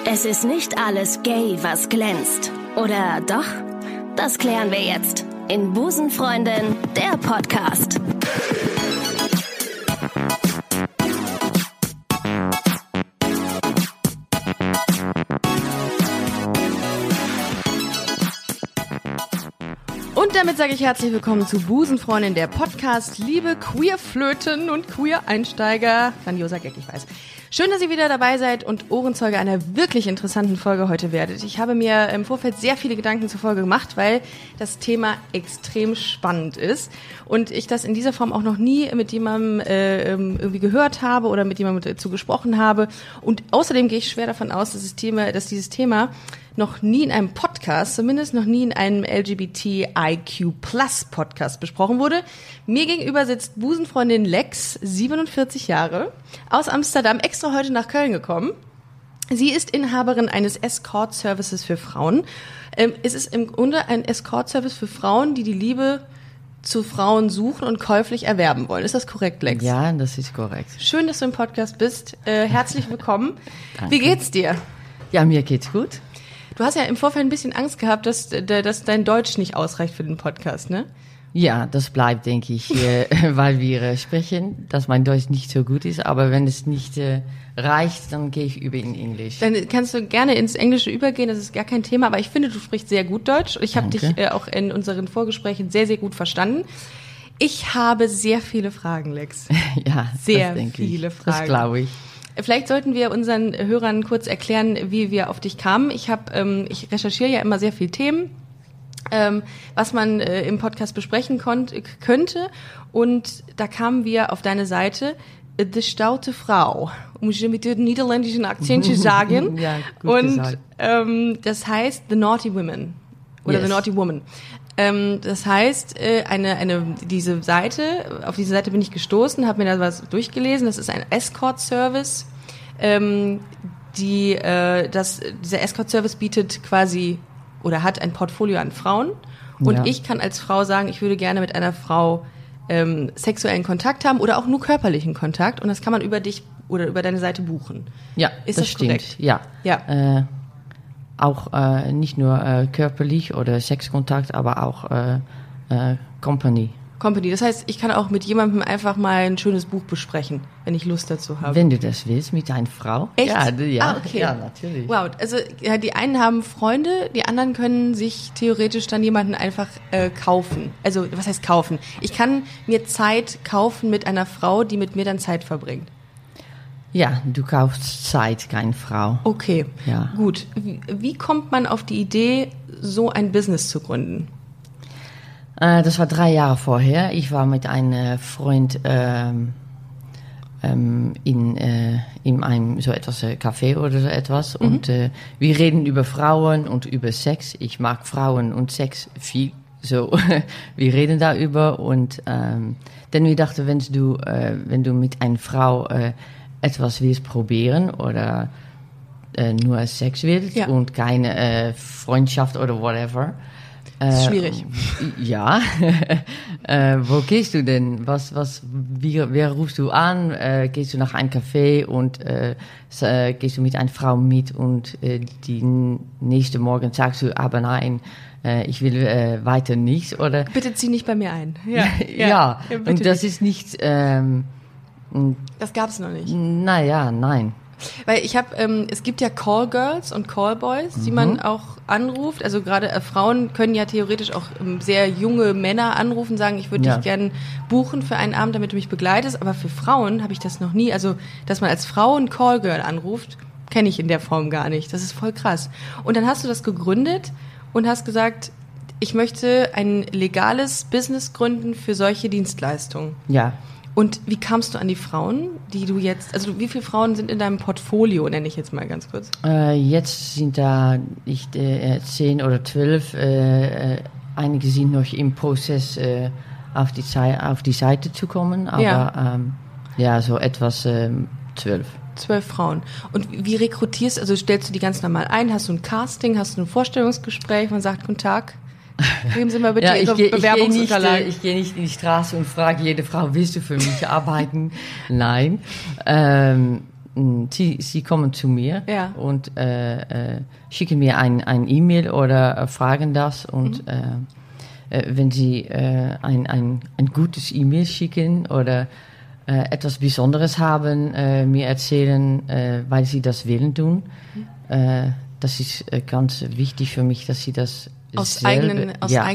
Es ist nicht alles gay, was glänzt. Oder doch? Das klären wir jetzt in Busenfreundin, der Podcast. Und damit sage ich herzlich willkommen zu Busenfreundin, der Podcast. Liebe Queerflöten und Queer-Einsteiger. Grandioser Gag, ich weiß. Schön, dass ihr wieder dabei seid und Ohrenzeuge einer wirklich interessanten Folge heute werdet. Ich habe mir im Vorfeld sehr viele Gedanken zur Folge gemacht, weil das Thema extrem spannend ist und ich das in dieser Form auch noch nie mit jemandem irgendwie gehört habe oder mit jemandem dazu gesprochen habe. Und außerdem gehe ich schwer davon aus, dass dieses Thema noch nie in einem Podcast, zumindest noch nie in einem LGBTIQ+-Podcast besprochen wurde. Mir gegenüber sitzt Busenfreundin Lex, 47 Jahre, aus Amsterdam, extra heute nach Köln gekommen. Sie ist Inhaberin eines Escort-Services für Frauen. Es ist im Grunde ein Escort-Service für Frauen, die die Liebe zu Frauen suchen und käuflich erwerben wollen. Ist das korrekt, Lex? Ja, das ist korrekt. Schön, dass du im Podcast bist. Herzlich willkommen. Danke. Wie geht's dir? Ja, mir geht's gut. Du hast ja im Vorfeld ein bisschen Angst gehabt, dass dein Deutsch nicht ausreicht für den Podcast, ne? Ja, das bleibt, denke ich, weil wir sprechen, dass mein Deutsch nicht so gut ist. Aber wenn es nicht reicht, dann gehe ich über in Englisch. Dann kannst du gerne ins Englische übergehen, das ist gar kein Thema. Aber ich finde, du sprichst sehr gut Deutsch. Ich habe dich auch in unseren Vorgesprächen sehr, sehr gut verstanden. Ich habe sehr viele Fragen, Lex. Ja, sehr das denke viele ich. Fragen. Das glaube ich. Vielleicht sollten wir unseren Hörern kurz erklären, wie wir auf dich kamen. Ich recherchiere ja immer sehr viele Themen, was man im Podcast besprechen könnte. Und da kamen wir auf deine Seite, De Stoute Frau, um es mit dem niederländischen Akzent zu sagen. Ja, gut gesagt. Und das heißt The Naughty Women oder Yes. The Naughty Woman. Das heißt, diese Seite, auf diese Seite bin ich gestoßen, habe mir da was durchgelesen. Das ist ein Escort-Service. Dieser Escort-Service bietet quasi oder hat ein Portfolio an Frauen. Und ich kann als Frau sagen, ich würde gerne mit einer Frau sexuellen Kontakt haben oder auch nur körperlichen Kontakt. Und das kann man über dich oder über deine Seite buchen. Ja, ist das stimmt. Korrekt? Ja. Ja. Auch nicht nur körperlich oder Sexkontakt, aber auch Company. Das heißt, ich kann auch mit jemandem einfach mal ein schönes Buch besprechen, wenn ich Lust dazu habe. Wenn du das willst, mit einer Frau. Echt? Ja, Okay. Ja, natürlich. Wow, also ja, die einen haben Freunde, die anderen können sich theoretisch dann jemanden einfach kaufen. Also was heißt kaufen? Ich kann mir Zeit kaufen mit einer Frau, die mit mir dann Zeit verbringt. Ja, du kaufst Zeit, keine Frau. Okay, Ja. Gut. Wie kommt man auf die Idee, so ein Business zu gründen? Das war 3 Jahre vorher. Ich war mit einem Freund in einem so etwas Café oder so etwas. Und wir reden über Frauen und über Sex. Ich mag Frauen und Sex viel. So, wir reden darüber. Und dann wir dachten, wenn du mit einer Frau etwas willst probieren oder nur Sex willst und keine Freundschaft oder whatever. Das ist schwierig. Ja. Wo gehst du denn? Wer rufst du an? Gehst du nach einem Café und gehst du mit einer Frau mit und die nächste Morgen sagst du, aber nein, ich will weiter nicht, oder? Bitte zieh nicht bei mir ein. Ja. Und das ist nicht... das gab's noch nicht. Nein. Weil es gibt ja Callgirls und Callboys, die man auch anruft. Also gerade Frauen können ja theoretisch auch sehr junge Männer anrufen, sagen, ich würde dich gerne buchen für einen Abend, damit du mich begleitest. Aber für Frauen habe ich das noch nie. Also, dass man als Frau ein Callgirl anruft, kenne ich in der Form gar nicht. Das ist voll krass. Und dann hast du das gegründet und hast gesagt, ich möchte ein legales Business gründen für solche Dienstleistungen. Ja. Und wie kamst du an die Frauen, die du jetzt, also wie viele Frauen sind in deinem Portfolio, nenne ich jetzt mal ganz kurz? Jetzt sind da 10 oder 12. Einige sind noch im Prozess, auf die Seite zu kommen, aber so etwas 12. 12 Frauen. Und wie rekrutierst, also stellst du die ganz normal ein? Hast du ein Casting, hast du ein Vorstellungsgespräch, man sagt, guten Tag, geben Sie mal bitte Ihre Bewerbungsunterlagen. Ich gehe nicht in die Straße und frage jede Frau, willst du für mich arbeiten? Nein. sie kommen zu mir und schicken mir ein E-Mail oder fragen das. Und wenn sie ein gutes E-Mail schicken oder etwas Besonderes haben, mir erzählen, weil sie das willen tun, das ist ganz wichtig für mich, dass sie das aus eigenem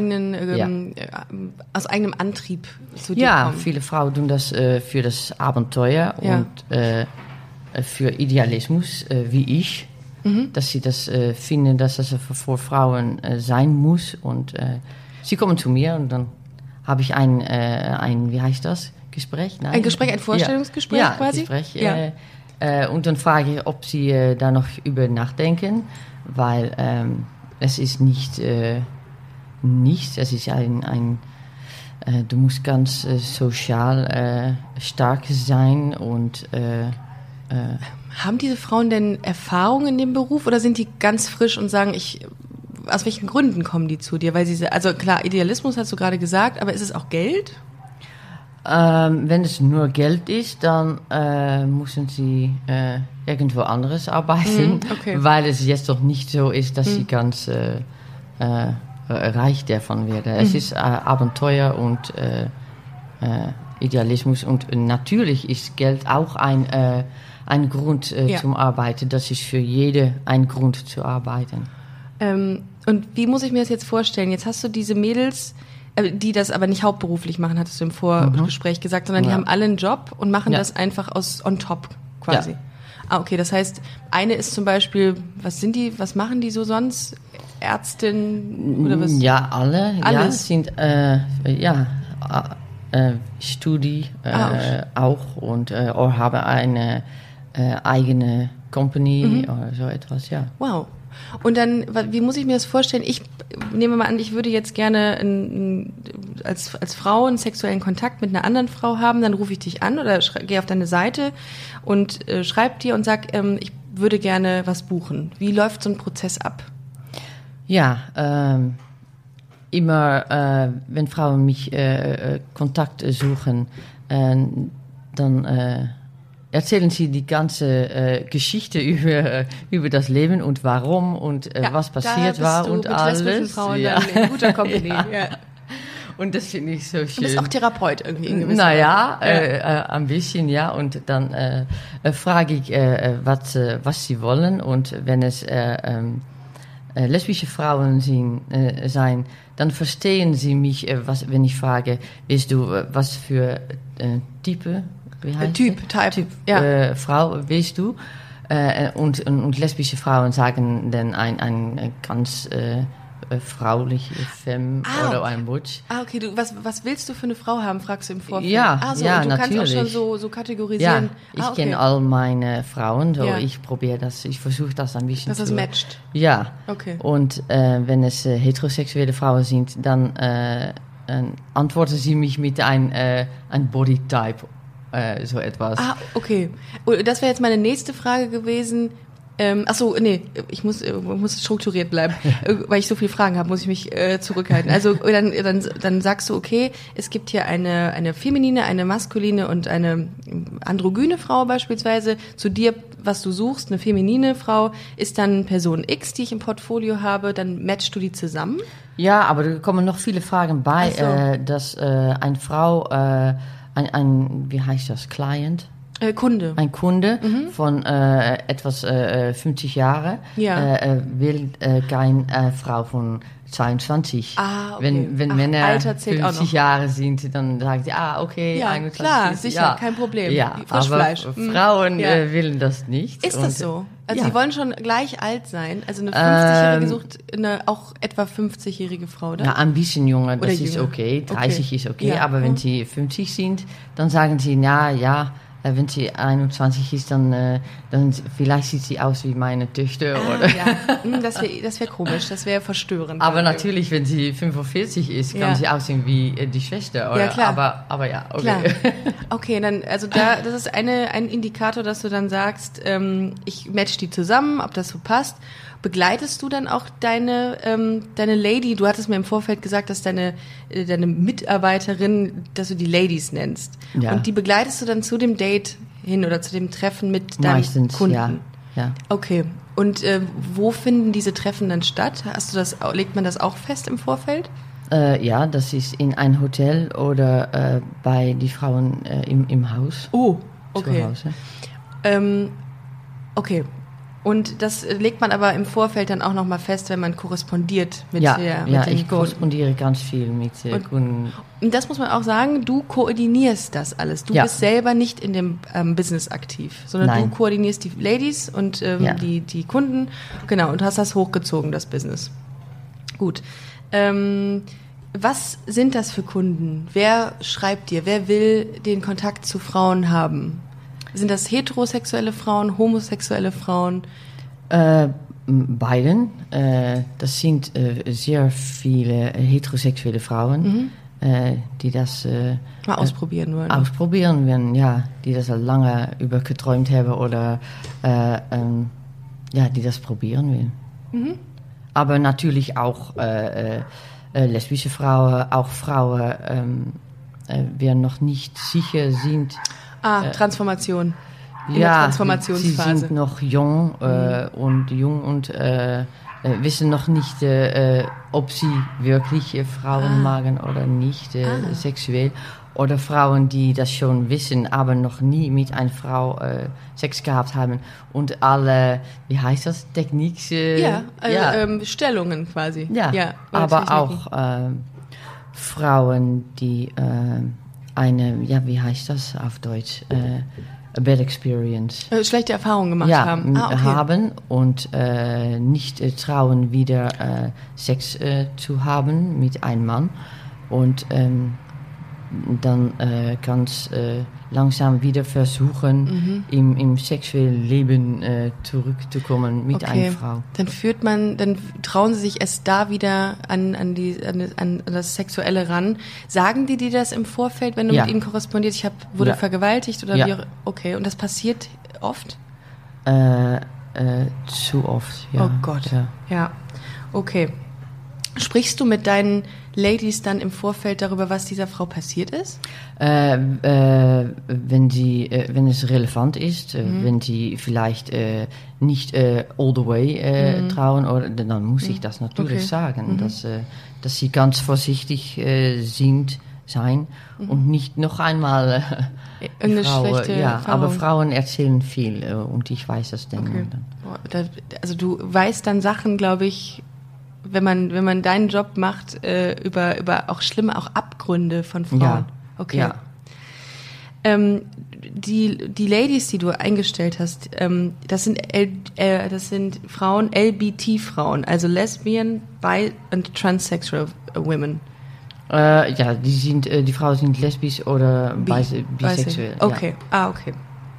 Antrieb zu dir kommen. Ja, viele Frauen tun das für das Abenteuer und für Idealismus, wie ich, dass sie das finden, dass das für Frauen sein muss. Und sie kommen zu mir und dann habe ich ein wie heißt das, Gespräch? Nein? Ein Vorstellungsgespräch quasi? Gespräch. Und dann frage ich, ob sie da noch über nachdenken, weil es ist nichts, es ist du musst ganz sozial stark sein und haben diese Frauen denn Erfahrung in dem Beruf oder sind die ganz frisch und sagen, aus welchen Gründen kommen die zu dir? Weil also klar, Idealismus hast du gerade gesagt, aber ist es auch Geld? Wenn es nur Geld ist, dann müssen sie irgendwo anderes arbeiten, weil es jetzt doch nicht so ist, dass sie ganz reich davon werden. Es ist Abenteuer und Idealismus und natürlich ist Geld auch ein Grund zum Arbeiten. Das ist für jede ein Grund zu arbeiten. Und wie muss ich mir das jetzt vorstellen? Jetzt hast du diese Mädels, die das aber nicht hauptberuflich machen, hattest du im Vorgespräch gesagt, sondern die haben alle einen Job und machen das einfach on top quasi. Ja. Ah, okay, das heißt, eine ist zum Beispiel, was machen die so sonst? Ärztin oder was? Ja, alle. Alles. Ja, sind Studie auch und haben eine eigene Company oder so etwas, ja. Wow. Und dann, wie muss ich mir das vorstellen? Ich nehme mal an, ich würde jetzt gerne als Frau einen sexuellen Kontakt mit einer anderen Frau haben, dann rufe ich dich an oder gehe auf deine Seite und schreibe dir und sag, ich würde gerne was buchen. Wie läuft so ein Prozess ab? Ja, immer, wenn Frauen mich Kontakt suchen, dann erzählen sie die ganze Geschichte über das Leben und warum und was passiert war und alles. Frauen dann in guter Company. Ja. Und das finde ich so schön. Du bist auch Therapeut irgendwie in gewisser Weise. Ein bisschen, ja. Und dann frage ich, was sie wollen. Und wenn es lesbische Frauen sein, dann verstehen sie mich, wenn ich frage, weißt du, was für Type? Wie heißt Typ, ja. Frau, weißt du? Und lesbische Frauen sagen dann ein ganz frauliche Femme oder ein Butch. Ah, okay. Was willst du für eine Frau haben, fragst du im Vorfeld? Ja, und du natürlich. kannst auch schon so kategorisieren. Ja, ich kenne all meine Frauen, so ich probiere das, ich versuche das ein bisschen dass das matcht. Ja. Okay. Und wenn es heterosexuelle Frauen sind, dann antworten sie mich mit ein Bodytype. So etwas. Ah, okay. Das wäre jetzt meine nächste Frage gewesen. Ich muss strukturiert bleiben, weil ich so viele Fragen habe, muss ich mich zurückhalten. Also dann sagst du, okay, es gibt hier eine feminine, eine maskuline und eine androgyne Frau beispielsweise. Zu dir, was du suchst, eine feminine Frau, ist dann Person X, die ich im Portfolio habe, dann matchst du die zusammen? Ja, aber da kommen noch viele Fragen bei, dass eine Frau wie heißt das, Client? Kunde. Ein Kunde von etwas 50 Jahre will keine Frau von 22. Ah, okay. Wenn Männer 50 Jahre sind, dann sagen sie, okay, ja, 21. Klar, sicher, kein Problem. Ja, Frischfleisch. Aber Frauen willen das nicht. Ist das so? Also sie wollen schon gleich alt sein. Also eine 50-Jährige sucht eine auch etwa 50-jährige Frau, oder? Ja, ein bisschen jünger, das oder ist jünger. Okay. 30 ist okay, ja. Aber wenn sie 50 sind, dann sagen sie, wenn sie 21 ist, dann vielleicht sieht sie aus wie meine Töchter. Oder? Ja, das wär komisch, das wäre verstörend. Aber natürlich, wenn sie 45 ist, kann sie aussehen wie die Schwester. Oder? Ja, klar. Aber ja, okay. Klar. Okay, dann, also das ist ein Indikator, dass du dann sagst, ich match die zusammen, ob das so passt. Begleitest du dann auch deine Lady? Du hattest mir im Vorfeld gesagt, dass deine Mitarbeiterin, dass du die Ladies nennst. Ja. Und die begleitest du dann zu dem Date hin oder zu dem Treffen mit deinen Meistens, Kunden? ja. Okay. Und wo finden diese Treffen dann statt? Legt man das auch fest im Vorfeld? Ja, das ist in ein Hotel oder bei die Frauen im Haus. Oh, okay. Zu Hause. Okay. Und das legt man aber im Vorfeld dann auch nochmal fest, wenn man korrespondiert mit den ich Kunden. korrespondiere ganz viel mit Kunden. Und das muss man auch sagen, du koordinierst das alles. Du bist selber nicht in dem Business aktiv, sondern du koordinierst die Ladies und die Kunden. Genau, und hast das hochgezogen, das Business. Gut. Was sind das für Kunden? Wer schreibt dir? Wer will den Kontakt zu Frauen haben? Sind das heterosexuelle Frauen, homosexuelle Frauen? Beiden. Das sind sehr viele heterosexuelle Frauen, die das mal ausprobieren wollen. Ausprobieren wollen, ja. Die das lange über geträumt haben oder die das probieren wollen. Mhm. Aber natürlich auch lesbische Frauen, auch Frauen, wir noch nicht sicher sind. Transformation. In der Transformationsphase. Sie sind noch jung und wissen noch nicht, ob sie wirklich Frauen magen oder nicht sexuell. Oder Frauen, die das schon wissen, aber noch nie mit einer Frau Sex gehabt haben. Und alle, wie heißt das, Techniken? Stellungen quasi. Ja, aber auch Frauen, die wie heißt das auf Deutsch? A bad experience. Schlechte Erfahrungen gemacht haben. Haben und nicht trauen, wieder Sex zu haben mit einem Mann. Und dann ganz langsam wieder versuchen, im sexuellen Leben zurückzukommen mit einer Frau. Dann trauen sie sich erst da wieder an das Sexuelle ran. Sagen die dir das im Vorfeld, wenn du mit ihnen korrespondierst? Wurde vergewaltigt oder wie auch? Okay, und das passiert oft? Zu oft, ja. Oh Gott, ja. Okay. Sprichst du mit deinen Ladies dann im Vorfeld darüber, was dieser Frau passiert ist? Wenn es relevant ist, wenn sie vielleicht nicht all the way trauen, dann muss ich das natürlich sagen, dass sie ganz vorsichtig sein und nicht noch einmal irgendeine schlechte Erfahrung. Aber Frauen erzählen viel und ich weiß das dann. Also du weißt dann Sachen, glaube ich, wenn man deinen Job macht, über auch schlimme Abgründe von Frauen. Ja. Okay. Ja. Die Ladies, die du eingestellt hast, das sind Frauen, LBT-Frauen, also Lesbian, Bi- und Transsexual Women. Die Frauen sind lesbisch oder bisexuell. Okay, okay.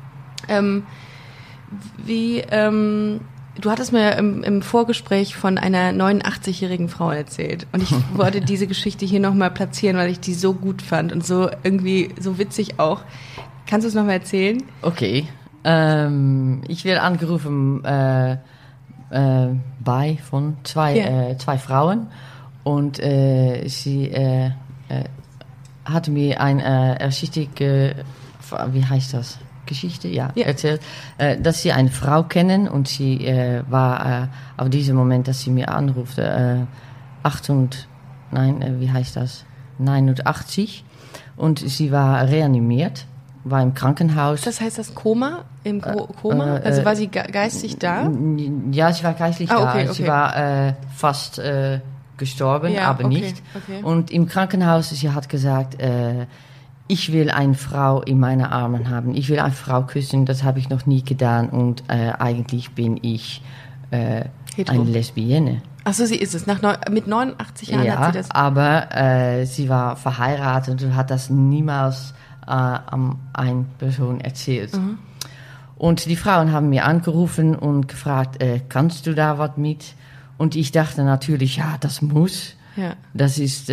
Du hattest mir im Vorgespräch von einer 89-jährigen Frau erzählt und ich wollte diese Geschichte hier nochmal platzieren, weil ich die so gut fand und so irgendwie so witzig auch. Kannst du es nochmal erzählen? Okay. Ich werde angerufen von zwei Frauen und sie hat mir eine wie heißt das? Geschichte, erzählt, dass sie eine Frau kennen und sie war auf diesem Moment, dass sie mir anrufte, 89 und sie war reanimiert, war im Krankenhaus. Das heißt das Koma? Im Koma? Also war sie geistig da? Ja, sie war geistig da. Okay. Sie war fast gestorben, aber nicht. Okay. Und im Krankenhaus, sie hat gesagt, ich will eine Frau in meinen Armen haben. Ich will eine Frau küssen. Das habe ich noch nie getan. Und eigentlich bin ich eine Lesbienne. Ach so, sie ist es. Mit 89 Jahren hat sie das. Aber sie war verheiratet und hat das niemals an eine Person erzählt. Mhm. Und die Frauen haben mir angerufen und gefragt, kannst du da was mit? Und ich dachte natürlich, ja, das muss. Ja. Das ist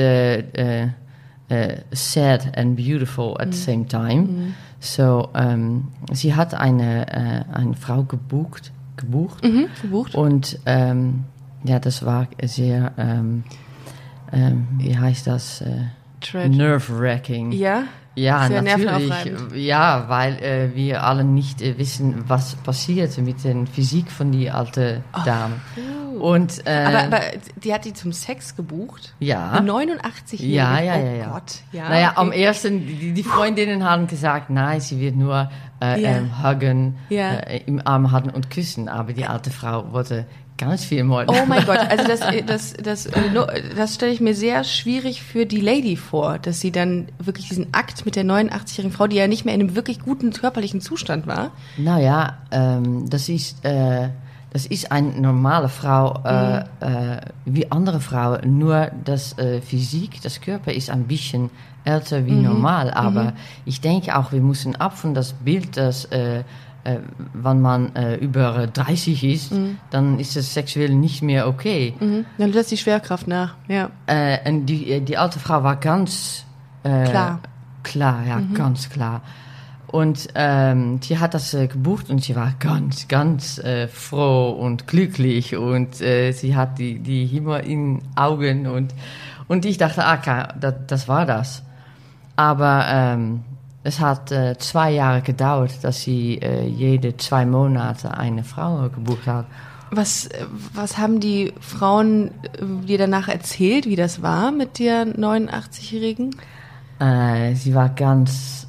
sad and beautiful at the same time. Mm. So, sie hat eine Frau gebucht. Und das war sehr, wie heißt das? nerve-wracking. Ja? Ja, sehr natürlich. nervenaufreibend. Ja, weil wir alle nicht wissen, was passiert mit der Physik von die alte Dame. Und, aber die hat die zum Sex gebucht? Ja. Eine 89-Jährige? Ja. Oh Gott. Ja, naja, okay. am ersten, die Freundinnen haben gesagt, nein, sie wird nur huggen, im Arm halten und küssen. Aber die alte Frau wollte ganz viel mehr. Oh mein Gott, also das stelle ich mir sehr schwierig für die Lady vor, dass sie dann wirklich diesen Akt mit der 89-jährigen Frau, die ja nicht mehr in einem wirklich guten körperlichen Zustand war. Naja, das ist eine normale Frau, wie andere Frauen, nur das Physik, das Körper ist ein bisschen älter wie normal, aber ich denke auch, wir müssen ab von das Bild, dass wenn man über 30 ist, dann ist es sexuell nicht mehr okay. Dann lässt die Schwerkraft nach, ja. Und die alte Frau war ganz klar, ganz klar. Und sie hat das gebucht und sie war ganz, ganz froh und glücklich und sie hat die Himmel in Augen und ich dachte, okay, das war das. Aber es hat 2 Jahre gedauert, dass sie jede 2 Monate eine Frau gebucht hat. Was haben die Frauen dir danach erzählt, wie das war mit der 89-Jährigen? Sie war ganz,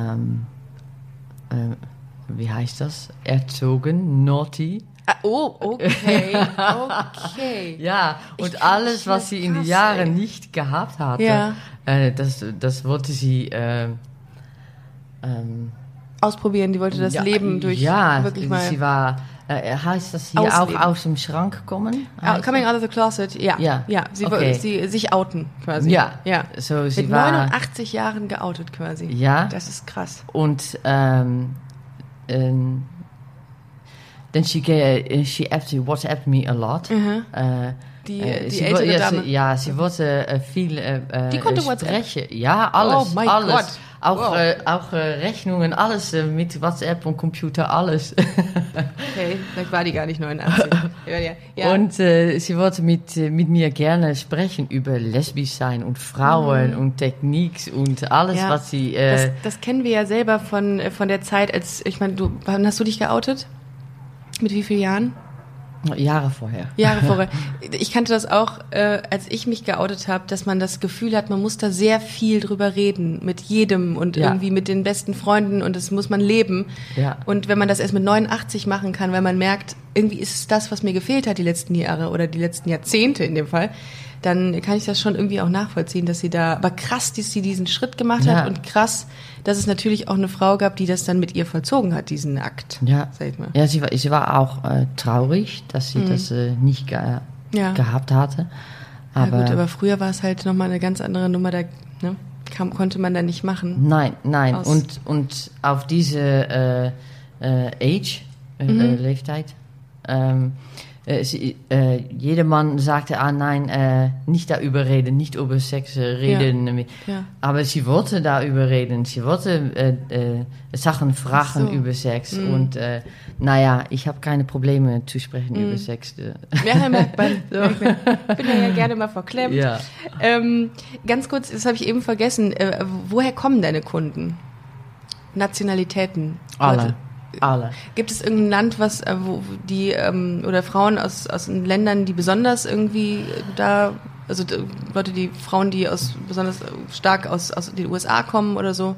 wie heißt das? Erzogen, naughty. Oh, okay. Ja, und alles, was sie in den Jahren nicht gehabt hatte, das wollte sie ausprobieren. Die wollte das Leben durch wirklich mal. Sie war, heißt das hier ausleben. Auch aus dem Schrank kommen? Coming out of the closet, ja. Sie wollte sich outen quasi. Ja. So, sie mit war 89 Jahren geoutet quasi. Ja. Das ist krass. Und then she actually WhatsApped me a lot. Die ältere Dame. Ja, sie wollte viel die konnte sprechen. Ja, alles. Oh mein alles. Gott. Auch Rechnungen, alles mit WhatsApp und Computer, alles. Okay, vielleicht war die gar nicht 89. Ja. Und sie wollte mit mir gerne sprechen über lesbisch sein und Frauen und Techniks und alles, was sie... Das kennen wir ja selber von der Zeit, als, ich meine, wann hast du dich geoutet? Mit wie vielen Jahren? Jahre vorher. Ich kannte das auch, als ich mich geoutet habe, dass man das Gefühl hat, man muss da sehr viel drüber reden, mit jedem und irgendwie mit den besten Freunden und das muss man leben. Ja. Und wenn man das erst mit 89 machen kann, weil man merkt, irgendwie ist es das, was mir gefehlt hat die letzten Jahre oder die letzten Jahrzehnte in dem Fall, dann kann ich das schon irgendwie auch nachvollziehen, dass sie da, aber krass, dass sie diesen Schritt gemacht hat und krass, dass es natürlich auch eine Frau gab, die das dann mit ihr vollzogen hat, diesen Akt. Ja, sag ich mal. Ja, sie war auch traurig, dass sie das nicht gehabt hatte. Aber, ja gut, aber früher war es halt nochmal eine ganz andere Nummer, da konnte man da nicht machen. Nein. Und auf diese Leeftijd, jeder Mann sagte, nein, nicht darüber reden, nicht über Sex reden. Ja. Aber sie wollte darüber reden, sie wollte Sachen fragen über Sex. Und ich habe keine Probleme zu sprechen über Sex. Ja, merkt man. So. Ich bin ja gerne mal verklemmt. Ja. Ganz kurz, das habe ich eben vergessen, woher kommen deine Kunden? Nationalitäten? Alle. Gibt es irgendein Land, wo die oder Frauen aus Ländern, die besonders irgendwie da, also Frauen, die besonders stark aus den USA kommen oder so?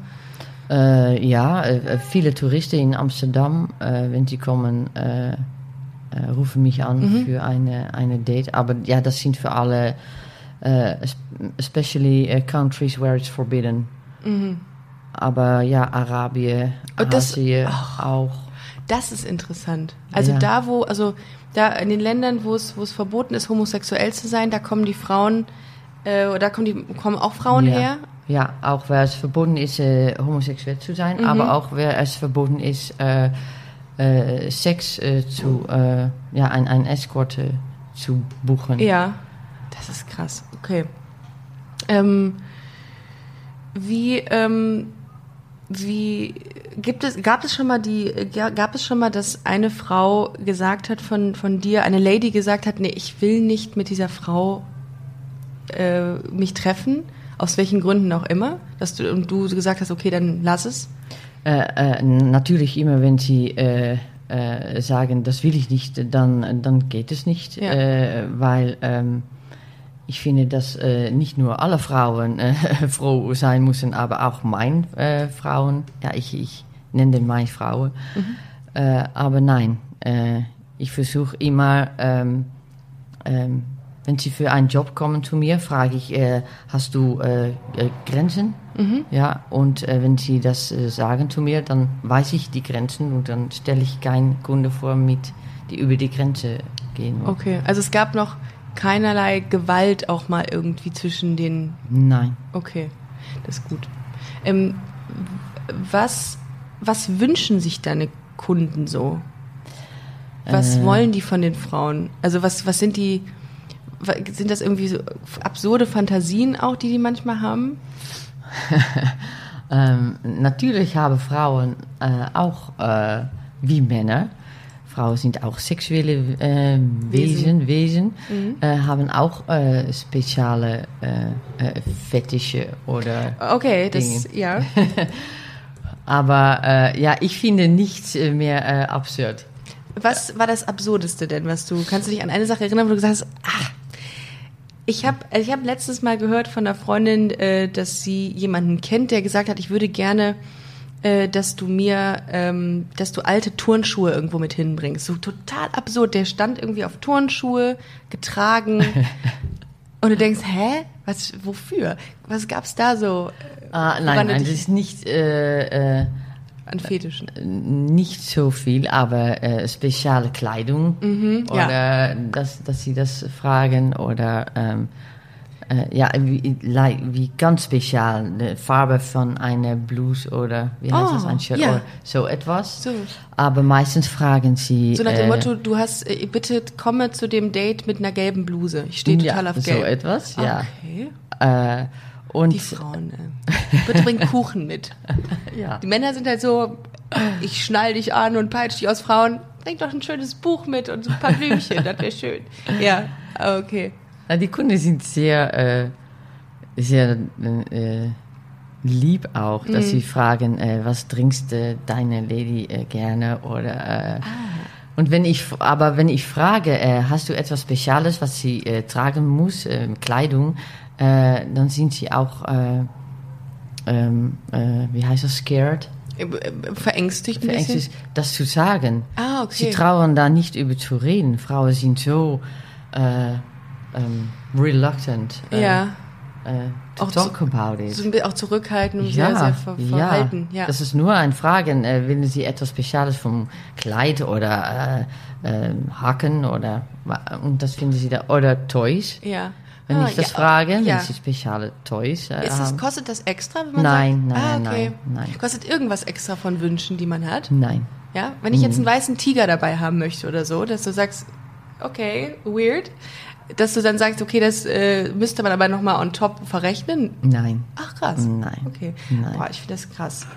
Viele Touristen in Amsterdam, wenn sie kommen, rufen mich an für eine Date. Aber ja, das sind für alle, especially countries where it's forbidden. Aber ja, Arabien, Asien auch. Das ist interessant. Also da in den Ländern, wo es verboten ist, homosexuell zu sein, da kommen die Frauen, kommen auch Frauen her? Ja, auch wer es verboten ist, homosexuell zu sein, aber auch wer es verboten ist, Sex ein Escort zu buchen. Ja, das ist krass. Okay. Gab es schon mal, dass eine Frau gesagt hat von dir, eine Lady gesagt hat, nee, ich will nicht mit dieser Frau mich treffen, Aus welchen Gründen auch immer? Und du gesagt hast, okay, dann lass es? Natürlich immer, wenn sie sagen, das will ich nicht, dann geht es nicht. Ja. Weil ich finde, dass nicht nur alle Frauen froh sein müssen, aber auch meine Frauen. Ja, ich nenne den meine Frauen. Aber nein, ich versuche immer, wenn sie für einen Job kommen zu mir, frage ich, hast du Grenzen? Ja, und wenn sie das sagen zu mir, dann weiß ich die Grenzen und dann stelle ich keinen Kunde vor, die über die Grenze gehen. Okay, also es gab noch keinerlei Gewalt auch mal irgendwie zwischen den... Nein. Okay, das ist gut. Was wünschen sich deine Kunden so? Was wollen die von den Frauen? Also was sind die... Sind das irgendwie so absurde Fantasien auch, die manchmal haben? Natürlich haben Frauen auch wie Männer. Frauen sind auch sexuelle Wesen, haben auch spezielle Fetische oder okay, Dinge. das, ja. Aber ich finde nichts mehr absurd. Was war das Absurdeste denn, kannst du dich an eine Sache erinnern, wo du gesagt hast, ich hab letztes Mal gehört von einer Freundin, dass sie jemanden kennt, der gesagt hat, ich würde gerne, dass du alte Turnschuhe irgendwo mit hinbringst. So total absurd. Der stand irgendwie auf Turnschuhe, getragen. Und du denkst, hä? Wofür? Was gab's da so? Nein, das ist nicht... an Fetischen? Nicht so viel, aber spezielle Kleidung oder dass sie das fragen oder wie ganz spezial die Farbe von einer Blouse oder wie heißt das, ein Shirt oder so etwas. So. Aber meistens fragen sie... So nach dem Motto, du hast, bitte komme zu dem Date mit einer gelben Bluse. Ich stehe total auf Gelb. So etwas, ja. Okay. Und die Frauen, bitte bring Kuchen mit. Ja. Die Männer sind halt so, ich schnall dich an und peitsch dich aus. Frauen, bring doch ein schönes Buch mit und so ein paar Blümchen, das wäre schön. Ja, okay. Die Kunden sind sehr lieb auch, dass sie fragen, was trinkst deine Lady gerne oder... Und wenn ich frage, hast du etwas Spezielles, was sie tragen muss, Kleidung, dann sind sie auch, wie heißt das, scared? Verängstigt ein bisschen? Das zu sagen. Okay. Sie trauen da nicht über zu reden. Frauen sind so reluctant to talk about it. So auch zurückhaltend und sehr, sehr verhalten. Ja. Das ist nur ein Fragen, wenn sie etwas Spezielles vom Kleid oder Haken oder und das finden sie da oder Toys. Ja. Wenn ich das frage, wenn sie spezielle Toys kostet das extra, wenn man Nein. Kostet irgendwas extra von Wünschen, die man hat? Nein. Ja? Wenn ich jetzt einen weißen Tiger dabei haben möchte oder so, dass du sagst, okay, weird, dass du dann sagst, okay, das müsste man aber nochmal on top verrechnen? Nein. Ach, krass. Nein. Okay. Nein. Boah, ich finde das krass.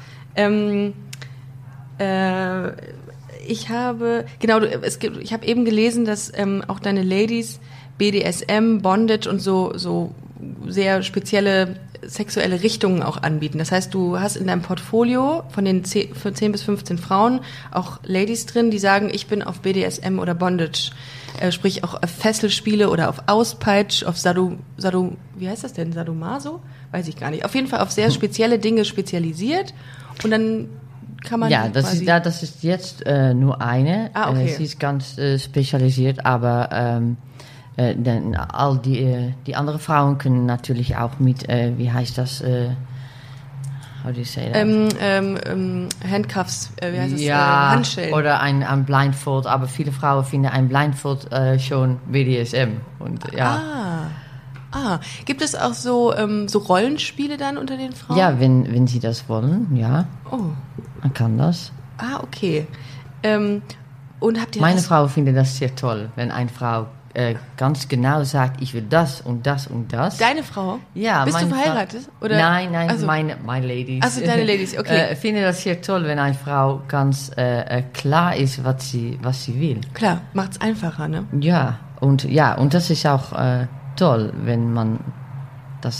Ich habe eben gelesen, dass auch deine Ladies BDSM, Bondage und so sehr spezielle sexuelle Richtungen auch anbieten. Das heißt, du hast in deinem Portfolio von den 10 bis 15 Frauen auch Ladies drin, die sagen, ich bin auf BDSM oder Bondage, sprich auch auf Fesselspiele oder auf Auspeitsch, auf wie heißt das denn, Sadomaso? Weiß ich gar nicht. Auf jeden Fall auf sehr spezielle Dinge spezialisiert und dann kann man das ist jetzt nur eine. Okay. Sie ist ganz spezialisiert, aber denn all die anderen Frauen können natürlich auch mit, wie heißt das, how do you say that? Handcuffs, wie heißt das? Ja, Handschellen. oder ein Blindfold, aber viele Frauen finden ein Blindfold schon BDSM. Und, ja. Gibt es auch so Rollenspiele dann unter den Frauen? Ja, wenn sie das wollen, ja. Oh. Man kann das. Okay. Und habt ihr Meine Frau findet das sehr toll, wenn eine Frau ganz genau sagt, ich will das und das und das. Deine Frau? Ja. Bist du verheiratet? Oder? Nein, also, meine Ladies. Also deine Ladies, okay. Ich finde das sehr toll, wenn eine Frau ganz klar ist, was sie will. Klar, macht's einfacher, ne? Ja, und das ist auch toll, wenn man das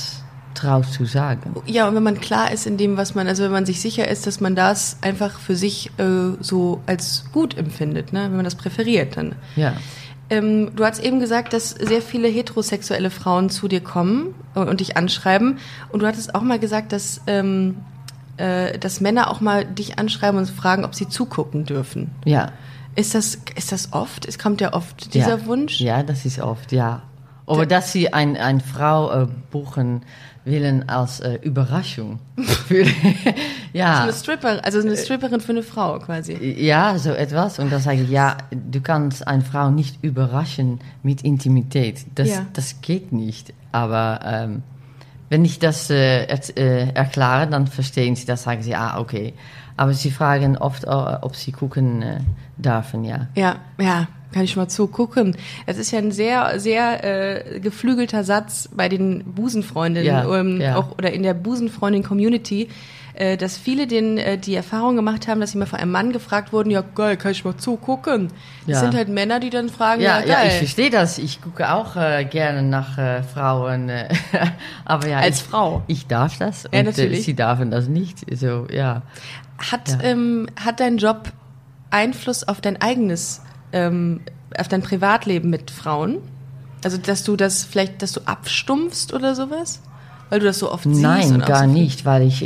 traut zu sagen. Ja, und wenn man klar ist in dem, was man, also wenn man sich sicher ist, dass man das einfach für sich so als gut empfindet, ne? Wenn man das präferiert, dann. Ja. Du hast eben gesagt, dass sehr viele heterosexuelle Frauen zu dir kommen und dich anschreiben. Und du hattest auch mal gesagt, dass Männer auch mal dich anschreiben und fragen, ob sie zugucken dürfen. Ja. Ist das oft? Es kommt ja oft dieser Wunsch? Ja, das ist oft, ja. Aber dass sie eine Frau buchen willen als Überraschung. Ja. So eine Stripperin für eine Frau quasi. Ja, so etwas. Und dann sage ich, ja, du kannst eine Frau nicht überraschen mit Intimität. Das geht nicht. Aber wenn ich das erkläre, dann verstehen sie das, sagen sie, okay. Aber sie fragen oft, ob sie gucken dürfen, ja. Ja, kann ich mal zugucken. Das ist ja ein sehr, sehr geflügelter Satz bei den Busenfreundinnen, auch oder in der Busenfreundin-Community, dass viele die Erfahrung gemacht haben, dass sie mal von einem Mann gefragt wurden, ja geil, kann ich mal zugucken? Das sind halt Männer, die dann fragen, ja geil. Ja, ich verstehe das. Ich gucke auch gerne nach Frauen. Aber ja, als Frau. Ich darf das und natürlich. Sie dürfen das nicht. So, ja. Hat dein Job Einfluss auf dein eigenes auf dein Privatleben mit Frauen? Also, dass du abstumpfst oder sowas? Weil du das so oft siehst? Nein, gar nicht, weil ich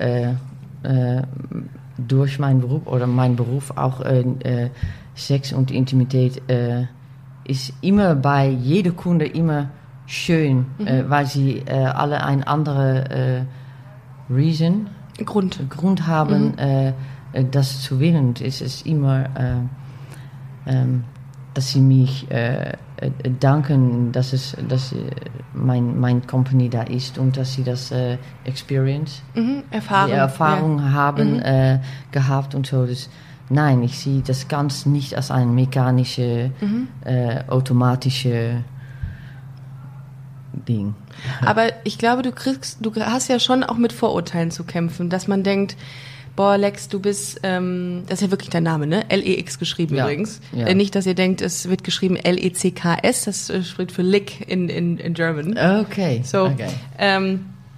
durch meinen Beruf auch Sex und Intimität ist immer bei jeder Kunde immer schön, weil sie alle eine andere Grund haben, das zu wählen. Und es ist immer dass sie mich danken, dass mein Company da ist und dass sie das Erfahrung haben gehabt und so. Das, nein, ich sehe das ganz nicht als eine mechanische, automatische Ding. Aber ich glaube, du hast ja schon auch mit Vorurteilen zu kämpfen, dass man denkt, boah, Lex, du bist, das ist ja wirklich dein Name, ne? L-E-X geschrieben übrigens. Ja. Nicht, dass ihr denkt, es wird geschrieben L-E-C-K-S, das spricht für Lick in German. Okay. So, okay.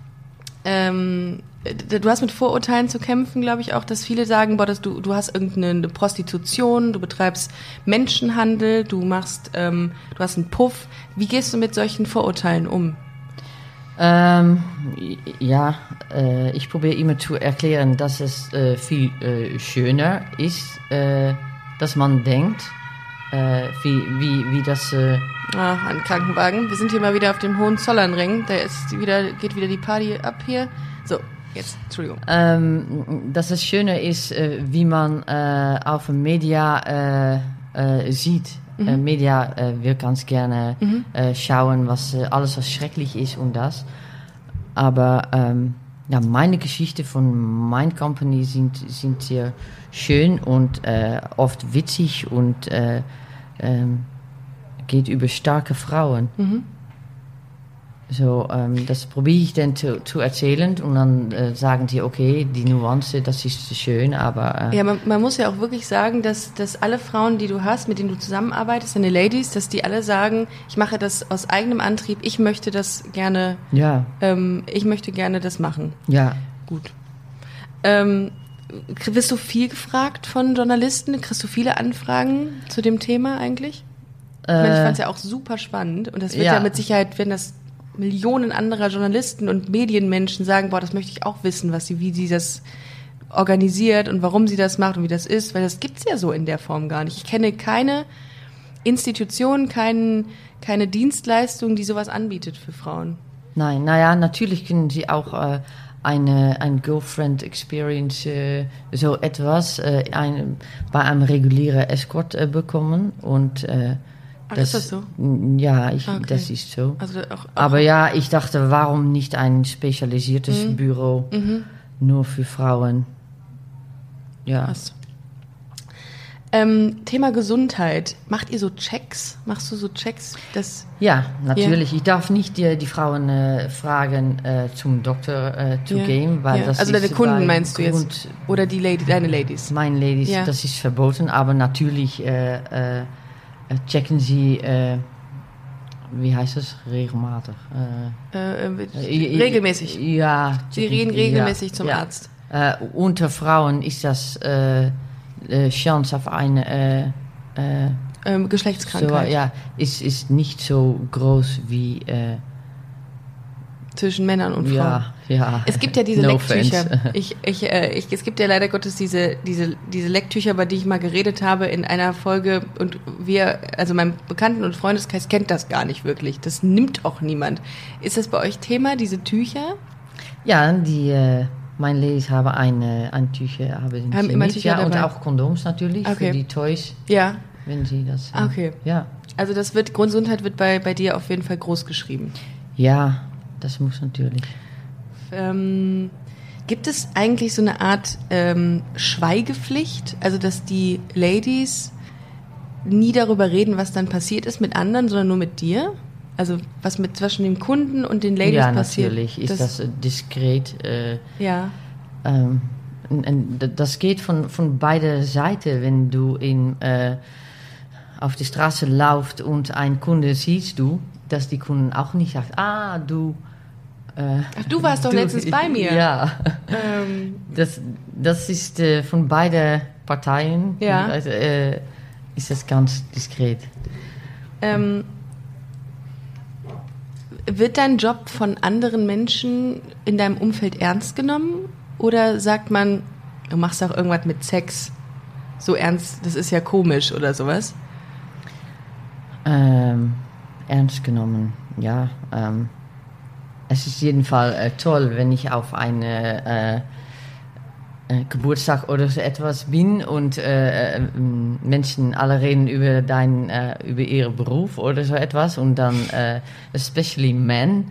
Du hast mit Vorurteilen zu kämpfen, glaube ich auch, dass viele sagen, boah, du hast irgendeine Prostitution, du betreibst Menschenhandel, du hast einen Puff. Wie gehst du mit solchen Vorurteilen um? Ich probiere immer zu erklären, dass es viel schöner ist, dass man denkt, wie das... ein Krankenwagen. Wir sind hier mal wieder auf dem Hohenzollernring. Geht wieder die Party ab hier. So, jetzt, Entschuldigung. Dass es schöner ist, wie man auf dem Media sieht. Media will ganz gerne schauen, alles was schrecklich ist und das. Aber meine Geschichte von meiner Company sind sehr schön und oft witzig und geht über starke Frauen. So, das probiere ich dann zu erzählen und dann sagen die, okay, die Nuance, das ist schön, aber... Ja, man muss ja auch wirklich sagen, dass alle Frauen, die du hast, mit denen du zusammenarbeitest, deine Ladies, dass die alle sagen, ich mache das aus eigenem Antrieb, ich möchte das gerne, ich möchte gerne das machen. Ja. Gut. Wirst du viel gefragt von Journalisten? Kriegst du viele Anfragen zu dem Thema eigentlich? Ich fand es ja auch super spannend und das wird ja mit Sicherheit, wenn das Millionen anderer Journalisten und Medienmenschen sagen, boah, das möchte ich auch wissen, wie sie das organisiert und warum sie das macht und wie das ist, weil das gibt's ja so in der Form gar nicht. Ich kenne keine Institution, keine Dienstleistung, die sowas anbietet für Frauen. Nein, natürlich können sie auch ein Girlfriend Experience, so etwas, bei einem regulären Escort bekommen und ist das so? Ja, das ist so. Also auch aber ja, ich dachte, warum nicht ein spezialisiertes Büro nur für Frauen? Ja. Thema Gesundheit. Macht ihr so Checks? Machst du so Checks? Ja, natürlich. Ich darf nicht die Frauen fragen, zum Doktor zu gehen, weil das also ist deine Kunden meinst du jetzt? Oder deine Ladies? Meine Ladies, das ist verboten, aber natürlich checken sie wie heißt das? Regelmatig. Regelmäßig. Ja. Sie reden regelmäßig zum Arzt. Unter Frauen ist das Chance auf eine Geschlechtskrankheit. So, ja, ist nicht so groß wie zwischen Männern und Frauen. Ja. Es gibt ja diese Lecktücher. Es gibt ja leider Gottes diese Lecktücher, über die ich mal geredet habe in einer Folge, und also mein Bekannten- und Freundeskreis kennt das gar nicht wirklich. Das nimmt auch niemand. Ist das bei euch Thema, diese Tücher? Ja, meine Ladies haben ein Tücher, haben immer Tücher dabei. Und auch Kondoms natürlich für die Toys. Ja. Wenn sie das. Okay. Ja. Also Grundgesundheit wird bei dir auf jeden Fall groß geschrieben. Ja, das muss natürlich. Gibt es eigentlich so eine Art Schweigepflicht? Also, dass die Ladies nie darüber reden, was dann passiert ist mit anderen, sondern nur mit dir? Also, was zwischen dem Kunden und den Ladies passiert? Ja, natürlich ist das diskret. Ja. Das geht von beider Seiten, wenn du auf die Straße laufst und einen Kunde siehst du, dass die Kunden auch nicht sagt, du... Ach, du warst doch letztens bei mir. Ja, das ist von beiden Parteien, ist das ganz diskret. Wird dein Job von anderen Menschen in deinem Umfeld ernst genommen? Oder sagt man, du machst auch irgendwas mit Sex? So ernst, das ist ja komisch oder sowas? Ernst genommen, ja. Es ist jedenfalls toll, wenn ich auf eine Geburtstag oder so etwas bin und Menschen alle reden über ihren Beruf oder so etwas und dann especially men,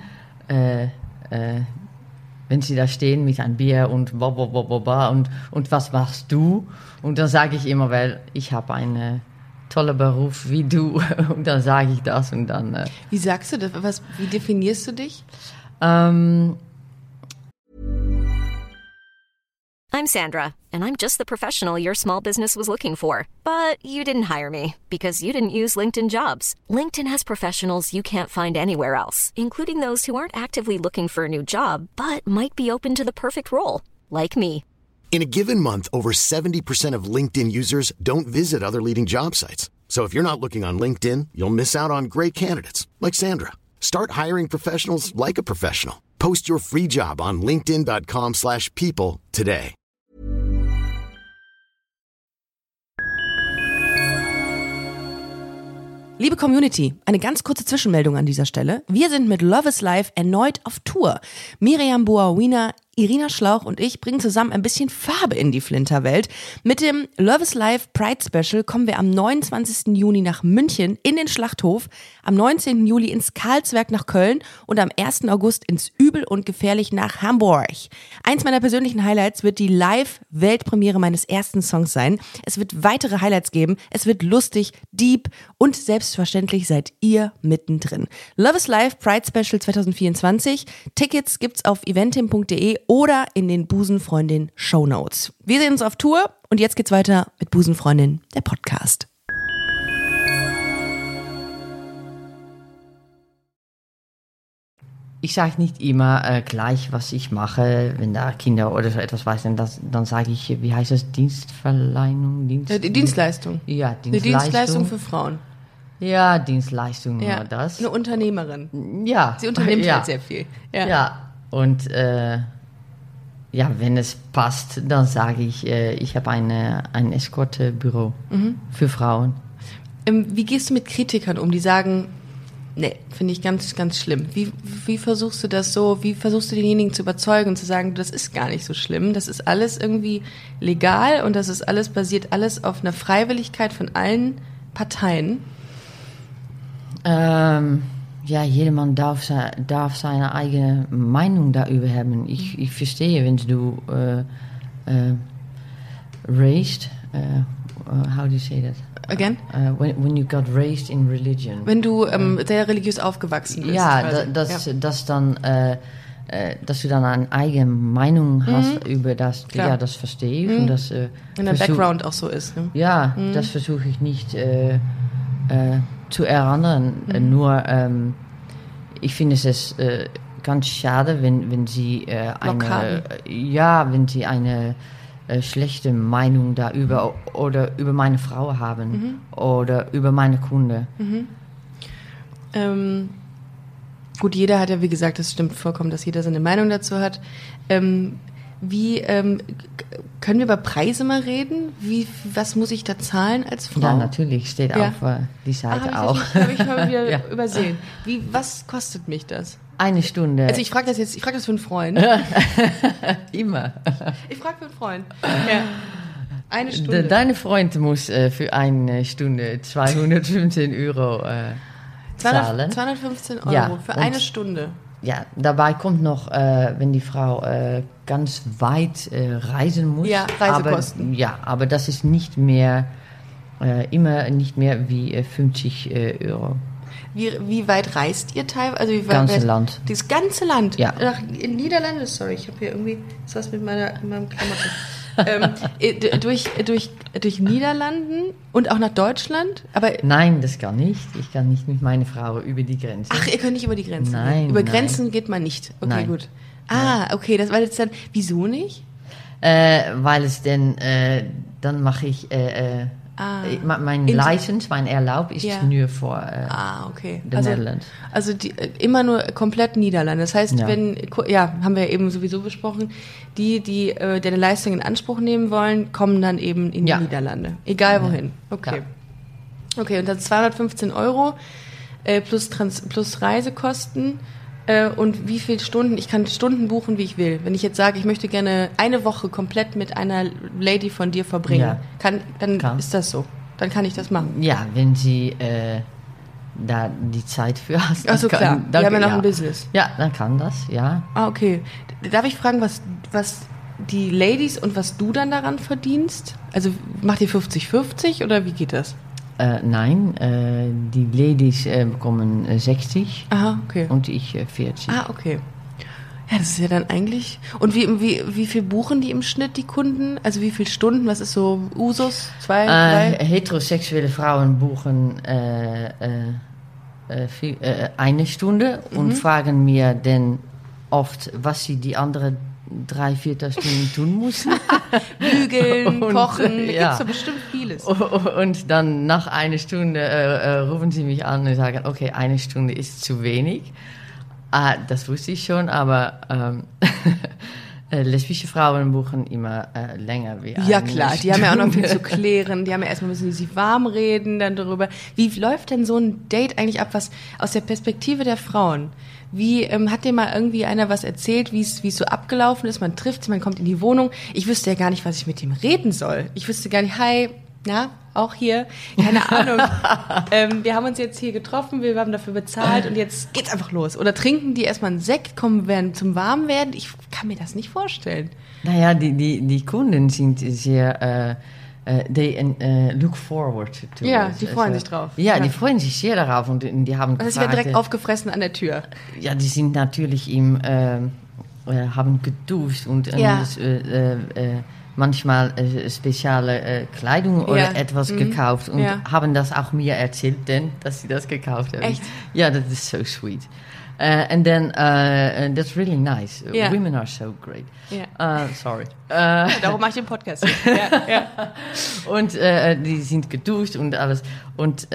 wenn sie da stehen mit einem Bier und und was machst du? Und dann sage ich immer, weil ich habe einen tollen Beruf wie du und dann sage ich das und dann... Wie sagst du das? Wie definierst du dich? I'm Sandra, and I'm just the professional your small business was looking for. But you didn't hire me because you didn't use LinkedIn Jobs. LinkedIn has professionals you can't find anywhere else, including those who aren't actively looking for a new job, but might be open to the perfect role, like me. In a given month, over 70% of LinkedIn users don't visit other leading job sites. So if you're not looking on LinkedIn, you'll miss out on great candidates like Sandra. Start hiring professionals like a professional. Post your free job on linkedin.com/people today. Liebe Community, eine ganz kurze Zwischenmeldung an dieser Stelle. Wir sind mit Love is Life erneut auf Tour. Miriam Boawina, Irina Schlauch und ich bringen zusammen ein bisschen Farbe in die Flinterwelt. Mit dem Love is Life Pride Special kommen wir am 29. Juni nach München in den Schlachthof, am 19. Juli ins Karlswerk nach Köln und am 1. August ins Übel und Gefährlich nach Hamburg. Eins meiner persönlichen Highlights wird die Live-Weltpremiere meines ersten Songs sein. Es wird weitere Highlights geben. Es wird lustig, deep und selbstverständlich seid ihr mittendrin. Love is Life Pride Special 2024. Tickets gibt's auf eventim.de oder in den Busenfreundin Shownotes. Wir sehen uns auf Tour und jetzt geht's weiter mit Busenfreundin, der Podcast. Ich sage nicht immer gleich, was ich mache, wenn da Kinder oder so etwas weiß, dann sage ich, wie heißt das, Dienstverleihung? Dienstleistung. Ja, Dienstleistung. Eine Dienstleistung für Frauen. Ja, Dienstleistung, ja, nur das. Eine Unternehmerin. Ja. Sie unternimmt halt sehr viel. Ja. Und wenn es passt, dann sage ich, ich habe ein Escortebüro für Frauen. Wie gehst du mit Kritikern um, die sagen, nee, finde ich ganz, ganz schlimm. Wie versuchst du das so, wie versuchst du denjenigen zu überzeugen und zu sagen, das ist gar nicht so schlimm, das ist alles irgendwie legal und das ist alles basiert alles auf einer Freiwilligkeit von allen Parteien? Jedermann darf seine eigene Meinung darüber haben. Ich verstehe, wenn du raised, how do you say that? Again? When you got raised in religion. Wenn du sehr religiös aufgewachsen bist. Ja, dass du dann eine eigene Meinung hast über das. Klar. Ja, das verstehe ich. Und das, wenn der Background auch so ist. Ne? Ja, das versuche ich nicht zu erinnern. Nur, ich finde es ganz schade, wenn sie wenn sie eine schlechte Meinung darüber oder über meine Frau haben oder über meine Kunde. Gut, jeder hat ja, wie gesagt, das stimmt vollkommen, dass jeder seine Meinung dazu hat. Können wir über Preise mal reden? Was muss ich da zahlen als Frau? Ja, natürlich, steht auf die Seite auch. Habe ich mal wieder übersehen. Was kostet mich das? Eine Stunde. Also ich frage das für einen Freund. Immer. Ich frage für einen Freund. Ja. Eine Stunde. Deine Freund muss für eine Stunde 215 Euro zahlen. 215 Euro Ja, für eine Stunde. Ja, dabei kommt noch, wenn die Frau ganz weit reisen muss. Ja, Reisekosten. Aber das ist nicht mehr, immer nicht mehr wie 50 Euro. Wie weit reist ihr teilweise? Also Ganze Land. Das ganze Land? Ja. In Niederlande? Sorry, ich habe hier irgendwie was mit meinem Klamotten. durch Niederlanden und auch nach Deutschland? Aber Nein, das kann nicht. Ich kann nicht mit meiner Frau über die Grenze. Ach, ihr könnt nicht über die Grenzen gehen? Nein. Über Grenzen geht man nicht? Okay, Nein. gut. Okay, das war jetzt dann... Wieso nicht? Weil es dann mache ich... Mein License, mein Erlaub ist nur für okay. die Niederlande. Also immer nur komplett Niederlande. Das heißt, haben wir eben sowieso besprochen, die deine Leistung in Anspruch nehmen wollen, kommen dann eben in die Niederlande. Egal wohin. Okay. Ja. Okay, und dann 215 Euro plus Reisekosten. Und wie viele Stunden? Ich kann Stunden buchen, wie ich will. Wenn ich jetzt sage, ich möchte gerne eine Woche komplett mit einer Lady von dir verbringen, dann ist das so. Dann kann ich das machen. Ja, wenn sie da die Zeit für hast. Ach so, klar. Wir haben ja noch ein Business. Ja, dann kann das, ja. Okay. Darf ich fragen, was die Ladies und was du dann daran verdienst? Also macht ihr 50-50 oder wie geht das? Nein, die Ladies bekommen 60 okay. und ich 40. Okay. Ja, das ist ja dann eigentlich... Und wie viel buchen die im Schnitt, die Kunden? Also wie viele Stunden? Was ist so Usus? 2, 3? Heterosexuelle Frauen buchen eine Stunde und fragen mir dann oft, was sie die andere 3/4 Stunden tun müssen. Bügeln, kochen, da gibt es so bestimmt vieles. Und dann nach einer Stunde rufen sie mich an und sagen, okay, eine Stunde ist zu wenig. Das wusste ich schon, aber lesbische Frauen buchen immer länger wie eine klar, die haben ja auch noch viel zu klären. Die haben ja erstmal müssen sie sich warm reden, dann darüber. Wie läuft denn so ein Date eigentlich ab, was aus der Perspektive der Frauen? Wie hat dir mal irgendwie einer was erzählt, wie es so abgelaufen ist? Man trifft, man kommt in die Wohnung. Ich wüsste ja gar nicht, was ich mit ihm reden soll. Ich wüsste gar nicht, hi, na, auch hier, keine Ahnung. Wir haben uns jetzt hier getroffen, wir haben dafür bezahlt und jetzt geht's einfach los. Oder trinken die erstmal einen Sekt, kommen zum Warmwerden? Ich kann mir das nicht vorstellen. Naja, die Kunden sind sehr... they look forward to ja, it. Die freuen sich drauf. Ja, die freuen sich sehr darauf und die haben das wird direkt aufgefressen an der Tür. Ja, die sind natürlich haben geduscht und manchmal spezielle Kleidung oder etwas gekauft und haben das auch mir erzählt, denn dass sie das gekauft haben. Echt? Ja, that is so sweet. And then that's really nice. Yeah. Women are so great. Yeah. Sorry. Darum mache ich den Podcast. Ja. Und die sind geduscht und alles. Und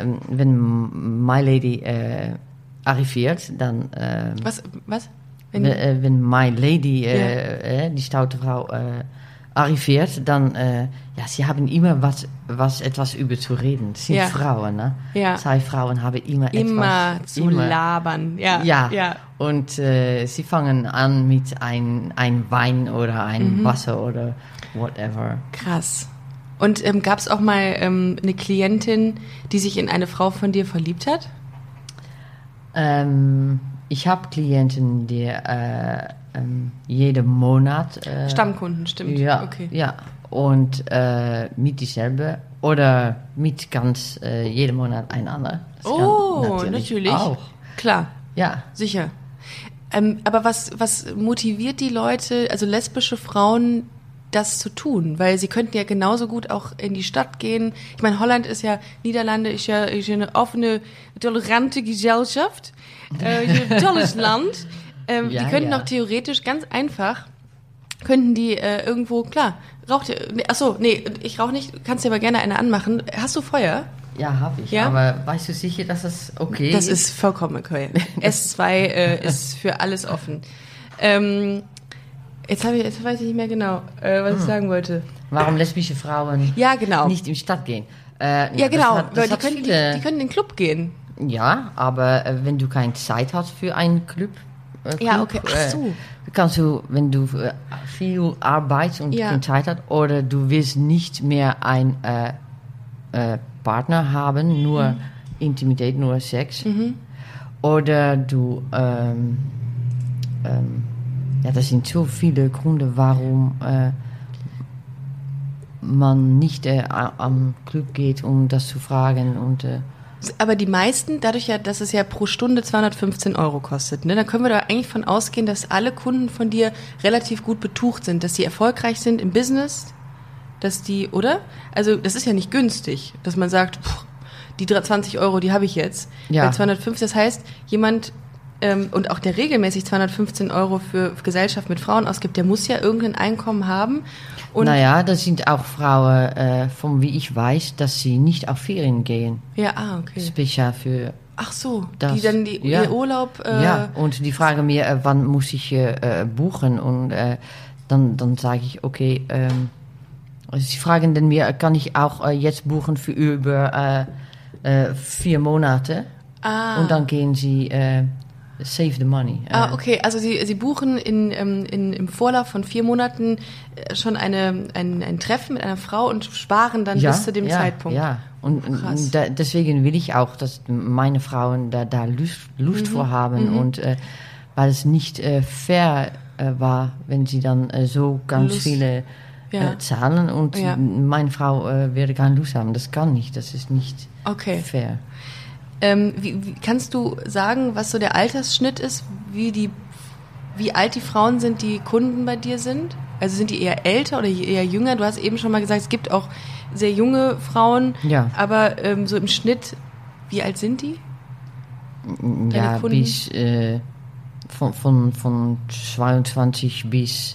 wenn My Lady arriviert, dann... Was? Wenn My Lady, die stoute Frau, arriviert, dann, sie haben immer etwas über zu reden. Das sind Frauen, ne? Ja. Zwei Frauen haben immer etwas. Zu labern, ja. Und sie fangen an mit ein Wein oder ein Wasser oder whatever. Krass. Und gab es auch mal eine Klientin, die sich in eine Frau von dir verliebt hat? Ich habe Klienten, die jeden Monat... Stammkunden, stimmt. Ja, okay. Ja. Und mit dieselbe oder mit ganz jeden Monat ein anderer. Natürlich. Auch. Klar. Ja. Sicher. Aber was motiviert die Leute, also lesbische Frauen, das zu tun, weil sie könnten ja genauso gut auch in die Stadt gehen. Ich meine, Holland ist ja, Niederlande ist ja eine offene, tolerante Gesellschaft, ein tolles Land. Die könnten auch theoretisch ganz einfach, könnten die irgendwo, klar, raucht ihr, ich rauche nicht, kannst dir aber gerne eine anmachen. Hast du Feuer? Ja, habe ich. Ja? Aber weißt du sicher, dass das okay ist? Das ist vollkommen okay. S2 ist für alles offen. Jetzt weiß ich nicht mehr genau, was ich sagen wollte. Warum lesbische Frauen nicht in die Stadt gehen? Ja, genau. Die können in den Club gehen. Ja, aber wenn du keine Zeit hast für einen Club, ja, okay. Ach so. Kannst du, wenn du viel Arbeit und keine Zeit hast, oder du willst nicht mehr einen Partner haben, nur Intimität, nur Sex, oder du das sind so viele Gründe, warum man nicht am Club geht, um das zu fragen. Und, aber die meisten, dadurch ja, dass es ja pro Stunde 215 € kostet, ne, dann können wir da eigentlich von ausgehen, dass alle Kunden von dir relativ gut betucht sind, dass sie erfolgreich sind im Business, dass die, oder? Also das ist ja nicht günstig, dass man sagt, die 20 €, die habe ich jetzt. Ja. Bei 250, das heißt, jemand und auch der regelmäßig 215 € für Gesellschaft mit Frauen ausgibt, der muss ja irgendein Einkommen haben. Und naja, das sind auch Frauen, von wie ich weiß, dass sie nicht auf Ferien gehen. Ja, okay. Speziell für ach so, das. Die dann ihr Urlaub... ja, und die fragen mir, wann muss ich buchen? Und dann sage ich, okay, sie fragen dann mir, kann ich auch jetzt buchen für über 4 Monate? Und dann gehen sie... Save the money. Okay, also Sie buchen im Vorlauf von 4 Monaten schon ein Treffen mit einer Frau und sparen dann bis zu dem Zeitpunkt. Ja, und deswegen will ich auch, dass meine Frauen da Lust vor haben und weil es nicht fair war, wenn sie dann so ganz viele zahlen und meine Frau werde keine Lust haben. Das kann nicht, das ist nicht fair. Wie kannst du sagen, was so der Altersschnitt ist, wie alt die Frauen sind, die Kunden bei dir sind? Also sind die eher älter oder eher jünger? Du hast eben schon mal gesagt, es gibt auch sehr junge Frauen, aber so im Schnitt, wie alt sind die? Ja, bis von 22 bis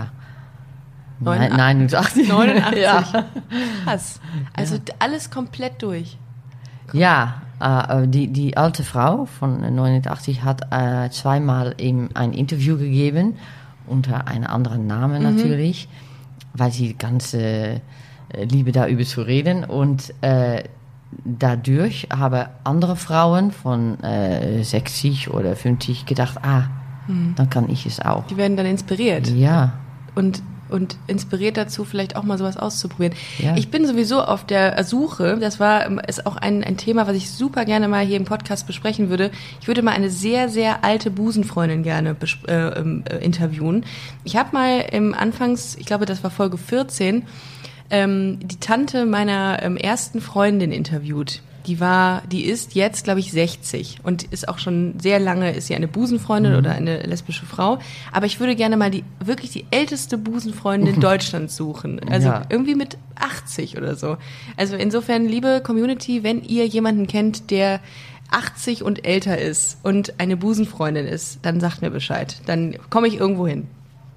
89. 89. Ja. Krass. Also alles komplett durch. Ja, die alte Frau von 89 hat zweimal ihm ein Interview gegeben, unter einem anderen Namen natürlich, weil sie ganz liebe darüber zu reden. Und dadurch haben andere Frauen von 60 oder 50 gedacht, dann kann ich es auch. Die werden dann inspiriert. Ja. Und inspiriert dazu, vielleicht auch mal sowas auszuprobieren. Ja. Ich bin sowieso auf der Suche, ist auch ein Thema, was ich super gerne mal hier im Podcast besprechen würde. Ich würde mal eine sehr, sehr alte Busenfreundin gerne interviewen. Ich habe mal anfangs, ich glaube, das war Folge 14, die Tante meiner ersten Freundin interviewt. Die ist jetzt, glaube ich, 60 und ist auch schon sehr lange, ist sie eine Busenfreundin oder eine lesbische Frau. Aber ich würde gerne mal wirklich die älteste Busenfreundin Deutschlands suchen. Also irgendwie mit 80 oder so. Also insofern, liebe Community, wenn ihr jemanden kennt, der 80 und älter ist und eine Busenfreundin ist, dann sagt mir Bescheid. Dann komme ich irgendwo hin.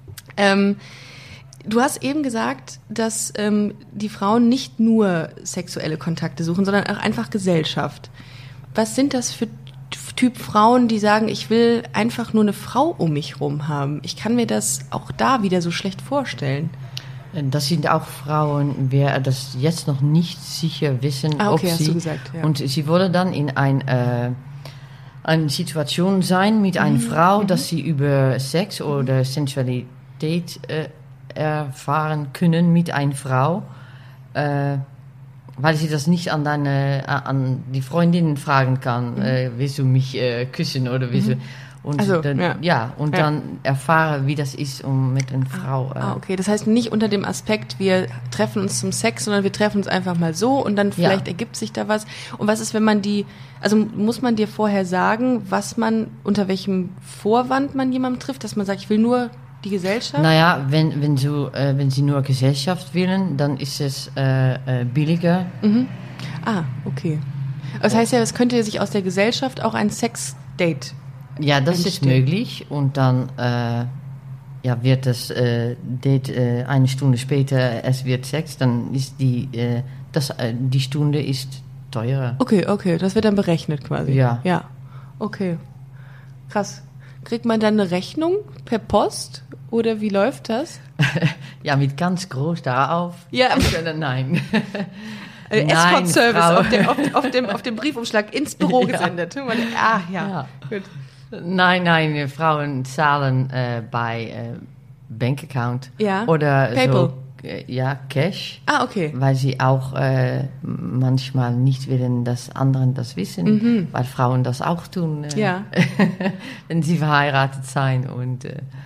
Du hast eben gesagt, dass die Frauen nicht nur sexuelle Kontakte suchen, sondern auch einfach Gesellschaft. Was sind das für Typ Frauen, die sagen, ich will einfach nur eine Frau um mich rum haben? Ich kann mir das auch da wieder so schlecht vorstellen. Das sind auch Frauen, die das jetzt noch nicht sicher wissen, ob sie... hast du gesagt, ja. Und sie wollen dann in eine Situation sein mit einer Frau, dass sie über Sex oder Sensualität erfahren können mit einer Frau, weil sie das nicht an die Freundinnen fragen kann, willst du mich küssen oder willst du... Und dann erfahre, wie das ist, um mit einer Frau... okay, das heißt nicht unter dem Aspekt, wir treffen uns zum Sex, sondern wir treffen uns einfach mal so und dann vielleicht ergibt sich da was. Und was ist, wenn man muss man dir vorher sagen, unter welchem Vorwand man jemanden trifft, dass man sagt, ich will nur Die Gesellschaft? Naja, wenn sie nur Gesellschaft wollen, dann ist es billiger. Ah, okay. Das heißt ja, es könnte sich aus der Gesellschaft auch ein Sex-Date Ja, das ist entstehen. möglich. Und dann wird das Date eine Stunde später, es wird Sex, dann ist die Stunde ist teurer. Okay, das wird dann berechnet quasi. Ja. Ja, okay. Krass. Kriegt man dann eine Rechnung per Post oder wie läuft das? Ja, mit ganz groß darauf. Ja. Nein. Escort-Service Frau. auf dem Briefumschlag ins Büro gesendet. Ja. Gut. Nein, Frauen zahlen bei Bankaccount Ja. oder PayPal. Cash, Ah, okay. weil sie auch manchmal nicht wollen, dass andere das wissen, weil Frauen das auch tun, Ja. wenn sie verheiratet sind. Und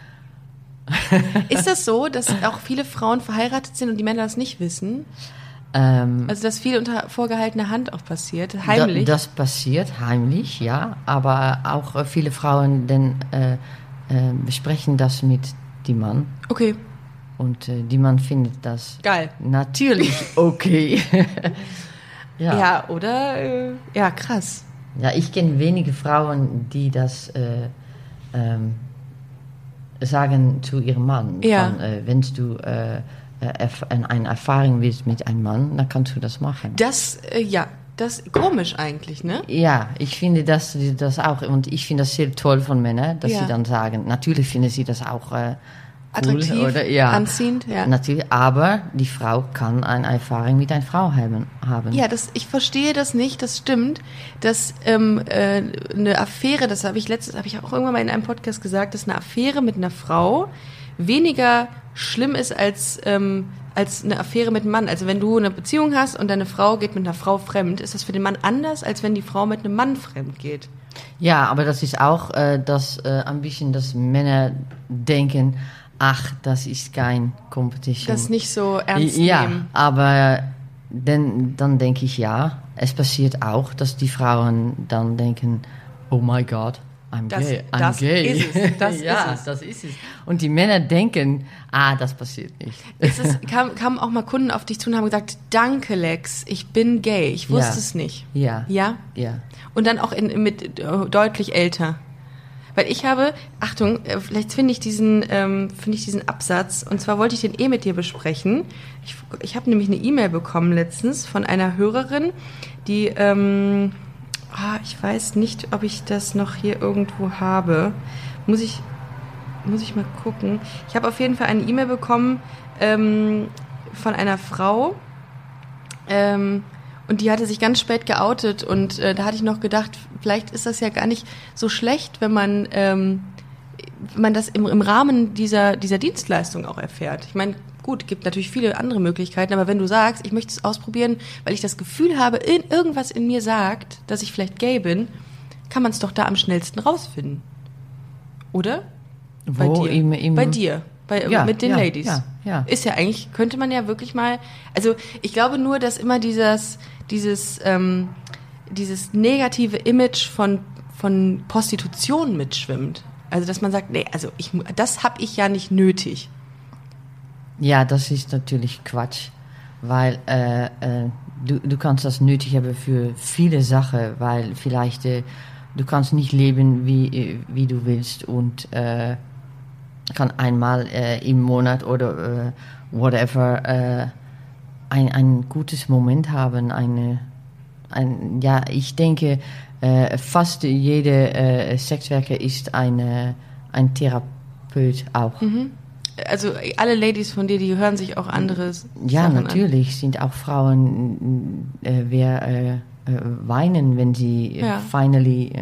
Ist das so, dass auch viele Frauen verheiratet sind und die Männer das nicht wissen? Also, dass viel unter vorgehaltener Hand auch passiert, heimlich? Das passiert heimlich, ja, aber auch viele Frauen besprechen das mit dem Mann. Okay, Und die Mann findet das geil. natürlich okay. Ja, oder? Ja, krass. Ja, ich kenne wenige Frauen, die das sagen zu ihrem Mann. Ja. Wenn du eine Erfahrung willst mit einem Mann, dann kannst du das machen. Das ist komisch eigentlich, ne? Ja, ich finde das auch, und ich finde das sehr toll von Männern, dass Ja. sie dann sagen, natürlich finden sie das auch Attraktiv, cool, oder? Ja. anziehend, ja. Natürlich, aber die Frau kann eine Erfahrung mit einer Frau haben. Ja, ich verstehe das nicht, das stimmt, dass eine Affäre, das habe ich auch irgendwann mal in einem Podcast gesagt, dass eine Affäre mit einer Frau weniger schlimm ist als eine Affäre mit einem Mann. Also wenn du eine Beziehung hast und deine Frau geht mit einer Frau fremd, ist das für den Mann anders, als wenn die Frau mit einem Mann fremd geht. Ja, aber das ist auch ein bisschen, dass Männer denken, ach, das ist kein Competition. Das nicht so ernst Ja, nehmen. aber dann denke ich, ja, es passiert auch, dass die Frauen dann denken, oh my God, I'm gay. Das ist es. Das ja, ist es. das ist es. Und die Männer denken, das passiert nicht. Kamen auch mal Kunden auf dich zu und haben gesagt, danke Lex, ich bin gay, ich wusste Ja. es nicht. Ja. Ja? Ja. Und dann auch deutlich älter. Weil ich habe, Achtung, vielleicht finde ich diesen Absatz, und zwar wollte ich den mit dir besprechen. Ich habe nämlich eine E-Mail bekommen letztens von einer Hörerin, die, ich weiß nicht, ob ich das noch hier irgendwo habe. Muss ich mal gucken. Ich habe auf jeden Fall eine E-Mail bekommen von einer Frau, und die hatte sich ganz spät geoutet, und da hatte ich noch gedacht, vielleicht ist das ja gar nicht so schlecht, wenn man das im Rahmen dieser Dienstleistung auch erfährt. Ich meine, gut, gibt natürlich viele andere Möglichkeiten, aber wenn du sagst, ich möchte es ausprobieren, weil ich das Gefühl habe, irgendwas in mir sagt, dass ich vielleicht gay bin, kann man es doch da am schnellsten rausfinden. Oder? Wo? Bei dir. Ja, mit den ja, Ladies. ja. Ist ja eigentlich, könnte man ja wirklich mal, also ich glaube nur, dass immer dieses negative Image von Prostitution mitschwimmt. Also dass man sagt, nee, also das habe ich ja nicht nötig. Ja, das ist natürlich Quatsch, weil du kannst das nötig haben für viele Sachen, weil vielleicht du kannst nicht leben, wie du willst, und kann einmal im Monat oder whatever ein gutes Moment haben. Ich denke, fast jeder Sexworker ist ein Therapeut auch. Also alle Ladies von dir, die hören sich auch andere Ja, Sachen natürlich sind auch Frauen, weinen, wenn sie finally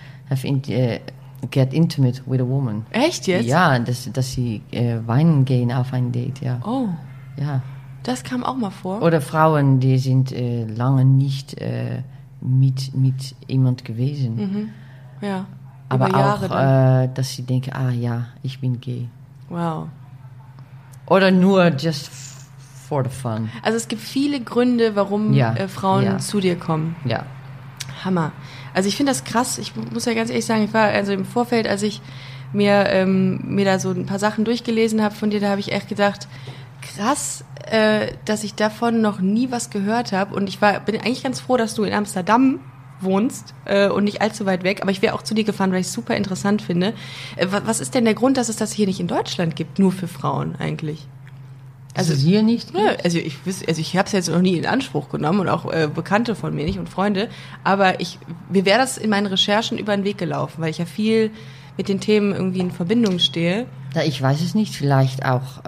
get intimate with a woman. Echt jetzt? Ja, dass sie weinen gehen auf ein Date, ja. Oh, Ja. das kam auch mal vor. Oder Frauen, die sind lange nicht mit jemand gewesen. Ja, Aber über Jahre auch, dann. dass sie denken, ja, ich bin gay. Wow. Oder nur just for the fun. Also es gibt viele Gründe, warum Ja, Frauen ja. zu dir kommen. Ja. Hammer. Also ich finde das krass. Ich muss ja ganz ehrlich sagen, ich war also im Vorfeld, als ich mir da so ein paar Sachen durchgelesen habe von dir, da habe ich echt gedacht, krass, dass ich davon noch nie was gehört habe. Und bin eigentlich ganz froh, dass du in Amsterdam wohnst und nicht allzu weit weg. Aber ich wäre auch zu dir gefahren, weil ich es super interessant finde. Was ist denn der Grund, dass es das hier nicht in Deutschland gibt, nur für Frauen eigentlich? Also hier nicht? Ja, also ich habe es jetzt noch nie in Anspruch genommen und auch Bekannte von mir nicht und Freunde. Aber mir wäre das in meinen Recherchen über den Weg gelaufen, weil ich ja viel mit den Themen irgendwie in Verbindung stehe. Ja, ich weiß es nicht. Vielleicht auch,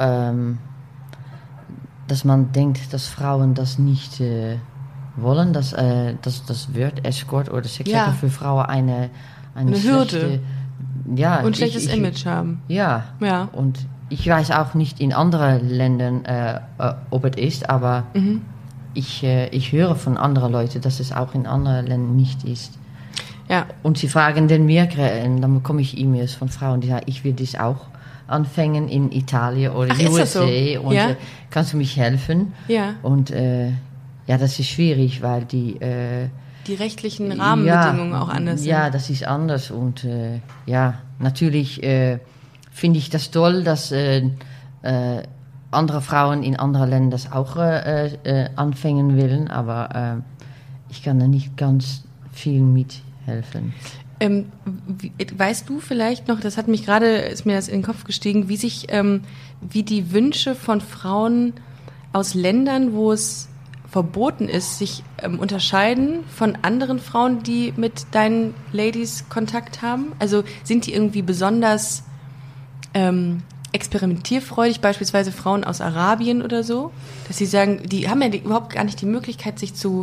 dass man denkt, dass Frauen das nicht wollen, dass das Wort Escort oder Sexworker für Frauen eine Hürde und schlechtes ich, Image haben. Ja, und ich weiß auch nicht in anderen Ländern, ob es ist, aber ich höre von anderen Leuten, dass es auch in anderen Ländern nicht ist. Ja. Und sie fragen dann mir, und dann bekomme ich E-Mails von Frauen, die sagen, ich will das auch anfangen in Italien oder USA so? Und kannst du mich helfen? Ja. Und das ist schwierig, weil die rechtlichen Rahmenbedingungen auch anders sind. Ja, das ist anders und natürlich finde ich das toll, dass andere Frauen in anderen Ländern das auch anfangen wollen, aber ich kann da nicht ganz viel mithelfen. Weißt du vielleicht noch, ist mir das in den Kopf gestiegen, wie die Wünsche von Frauen aus Ländern, wo es verboten ist, sich unterscheiden von anderen Frauen, die mit deinen Ladies Kontakt haben? Also sind die irgendwie besonders experimentierfreudig, beispielsweise Frauen aus Arabien oder so? Dass sie sagen, die haben ja überhaupt gar nicht die Möglichkeit,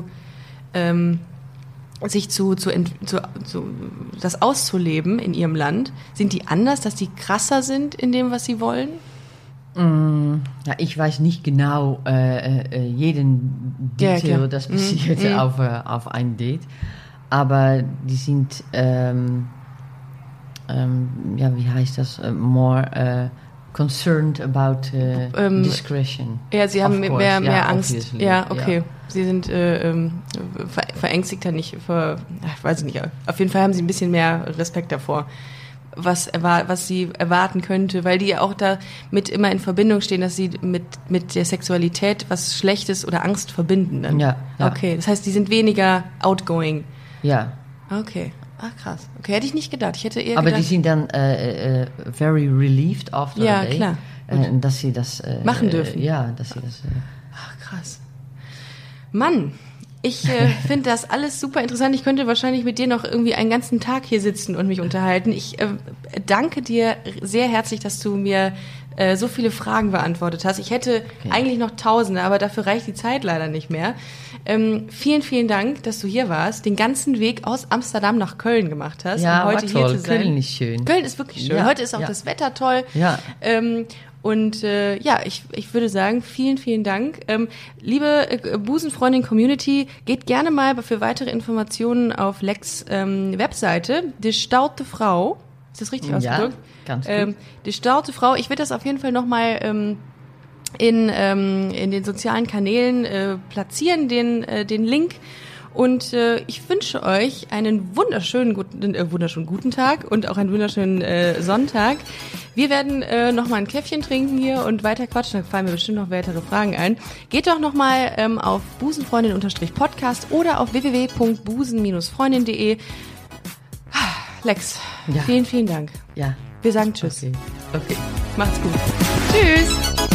das auszuleben in ihrem Land. Sind die anders, dass die krasser sind in dem, was sie wollen? Ja, ich weiß nicht genau jeden Detail, das passiert auf ein Date, aber die sind, wie heißt das, more concerned about discretion. Ja, sie haben mehr Angst. Obviously. Ja, okay. Ja. Sie sind verängstigter nicht, weiß ich nicht. Auf jeden Fall haben sie ein bisschen mehr Respekt davor, was sie erwarten könnte, weil die ja auch damit immer in Verbindung stehen, dass sie mit der Sexualität was Schlechtes oder Angst verbinden dann. Ja. Okay, das heißt, die sind weniger outgoing. Ja. Okay. Ach, krass. Okay, hätte ich nicht gedacht. Ich hätte eher aber gedacht, die sind dann very relieved after ja, a day. Klar. Dass sie das machen dürfen. Ja, dass sie das. Ach, krass. Mann, ich finde das alles super interessant. Ich könnte wahrscheinlich mit dir noch irgendwie einen ganzen Tag hier sitzen und mich unterhalten. Ich danke dir sehr herzlich, dass du mir so viele Fragen beantwortet hast. Ich hätte eigentlich noch Tausende, aber dafür reicht die Zeit leider nicht mehr. Vielen, vielen Dank, dass du hier warst, den ganzen Weg aus Amsterdam nach Köln gemacht hast, ja, um heute war toll. hier zu sein. Köln ist schön. Köln ist wirklich schön. Ja, heute ist auch das Wetter toll. Ja. Und ich würde sagen, vielen, vielen Dank. Liebe Busenfreundin-Community, geht gerne mal für weitere Informationen auf Lex Webseite. Die Staute Frau. Ist das richtig ausgedrückt? Ja, ganz gut. Die Staute Frau. Ich werde das auf jeden Fall nochmal in den sozialen Kanälen platzieren, den Link. Und ich wünsche euch einen wunderschönen guten Tag und auch einen wunderschönen Sonntag. Wir werden noch mal ein Käffchen trinken hier und weiter quatschen. Da fallen mir bestimmt noch weitere Fragen ein. Geht doch noch mal auf busenfreundin_podcast oder auf www.busen-freundin.de. Lex, vielen, vielen Dank. Ja. Wir sagen Tschüss. Okay. Macht's gut. Tschüss.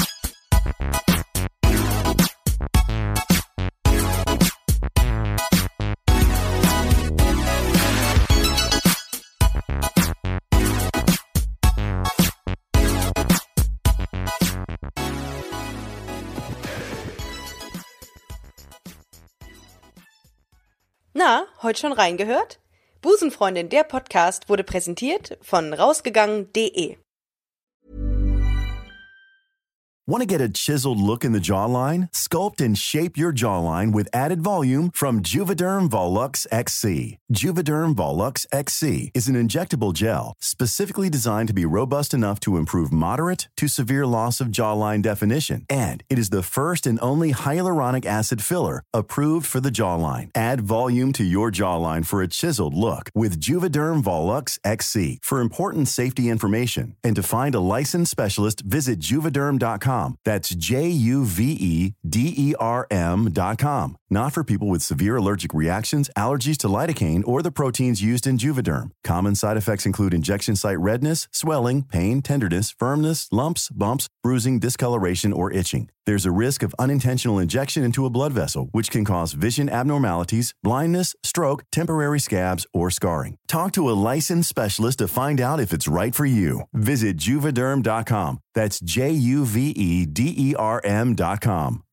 Na, heute schon reingehört? Busenfreundin, der Podcast, wurde präsentiert von rausgegangen.de. Want to get a chiseled look in the jawline? Sculpt and shape your jawline with added volume from Juvederm Volux XC. Juvederm Volux XC is an injectable gel specifically designed to be robust enough to improve moderate to severe loss of jawline definition. And it is the first and only hyaluronic acid filler approved for the jawline. Add volume to your jawline for a chiseled look with Juvederm Volux XC. For important safety information and to find a licensed specialist, visit Juvederm.com. That's Juvederm.com. Not for people with severe allergic reactions, allergies to lidocaine, or the proteins used in Juvederm. Common side effects include injection site redness, swelling, pain, tenderness, firmness, lumps, bumps, bruising, discoloration, or itching. There's a risk of unintentional injection into a blood vessel, which can cause vision abnormalities, blindness, stroke, temporary scabs, or scarring. Talk to a licensed specialist to find out if it's right for you. Visit Juvederm.com. That's Juvederm.com.